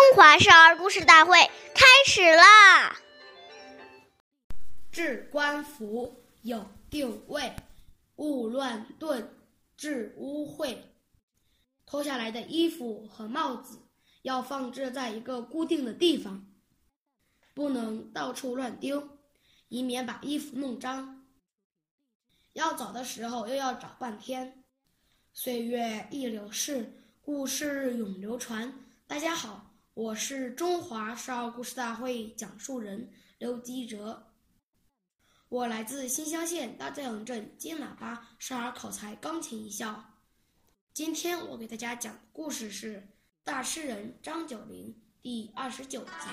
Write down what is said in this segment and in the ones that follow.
华少儿故事大会开始啦！ 置冠服，有定位，勿乱顿，致污秽。脱下来的衣服和帽子要放置在一个固定的地方，不能到处乱丢，以免把衣服弄脏。要找的时候又要找半天。岁月易流逝，故事永流传。大家好，我是中华少儿故事大会讲述人刘基哲。我来自新乡县大寨营镇金喇叭少儿口才钢琴艺校。今天我给大家讲的故事是《大诗人张九龄》第29集。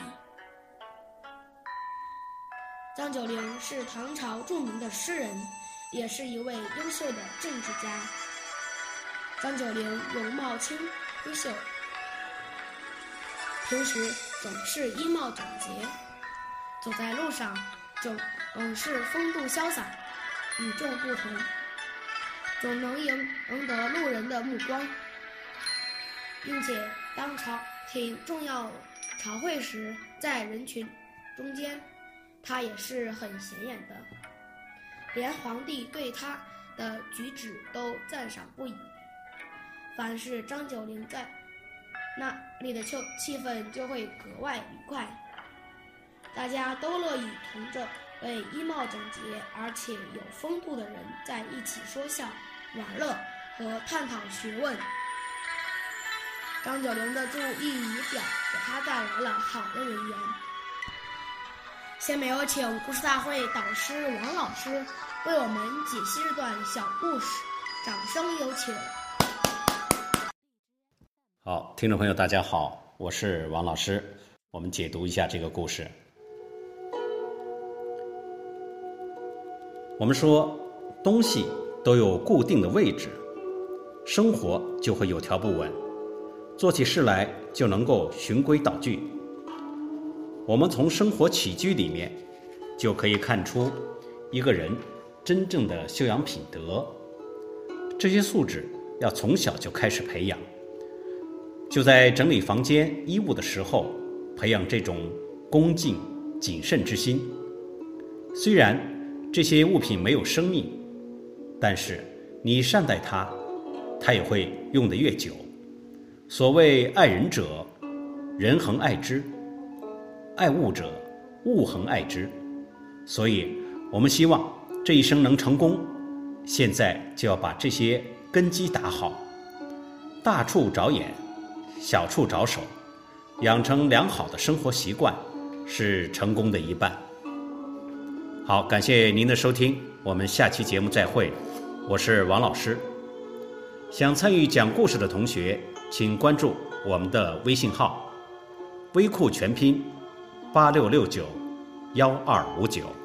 张九龄是唐朝著名的诗人，也是一位优秀的政治家。张九龄容貌清优秀，平时总是衣帽整洁，走在路上总是风度潇洒，与众不同，总能赢得路人的目光，并且当朝廷重要朝会时，在人群中间，他也是很显眼的，连皇帝对他的举止都赞赏不已。凡是张九龄在那里的气氛就会格外愉快，大家都乐意同着为衣帽整洁而且有风度的人在一起说笑、玩乐和探讨学问。张九龄的注意仪表给他带来了好的人缘。下面有请故事大会导师王老师为我们解析这段小故事，掌声有请。 好，听众朋友大家好，我是王老师，我们解读一下这个故事。我们说东西都有固定的位置，生活就会有条不紊，做起事来就能够循规蹈矩。我们从生活起居里面就可以看出一个人真正的修养品德，这些素质要从小就开始培养。就在整理房间衣物的时候，培养这种恭敬谨慎之心。虽然这些物品没有生命，但是你善待它，它也会用得越久。所谓爱人者，人恒爱之；爱物者，物恒爱之。所以我们希望这一生能成功，现在就要把这些根基打好，大处着眼，小处着手，养成良好的生活习惯，是成功的一半。好，感谢您的收听，我们下期节目再会，我是王老师。想参与讲故事的同学，请关注我们的微信号微库全拼86691259。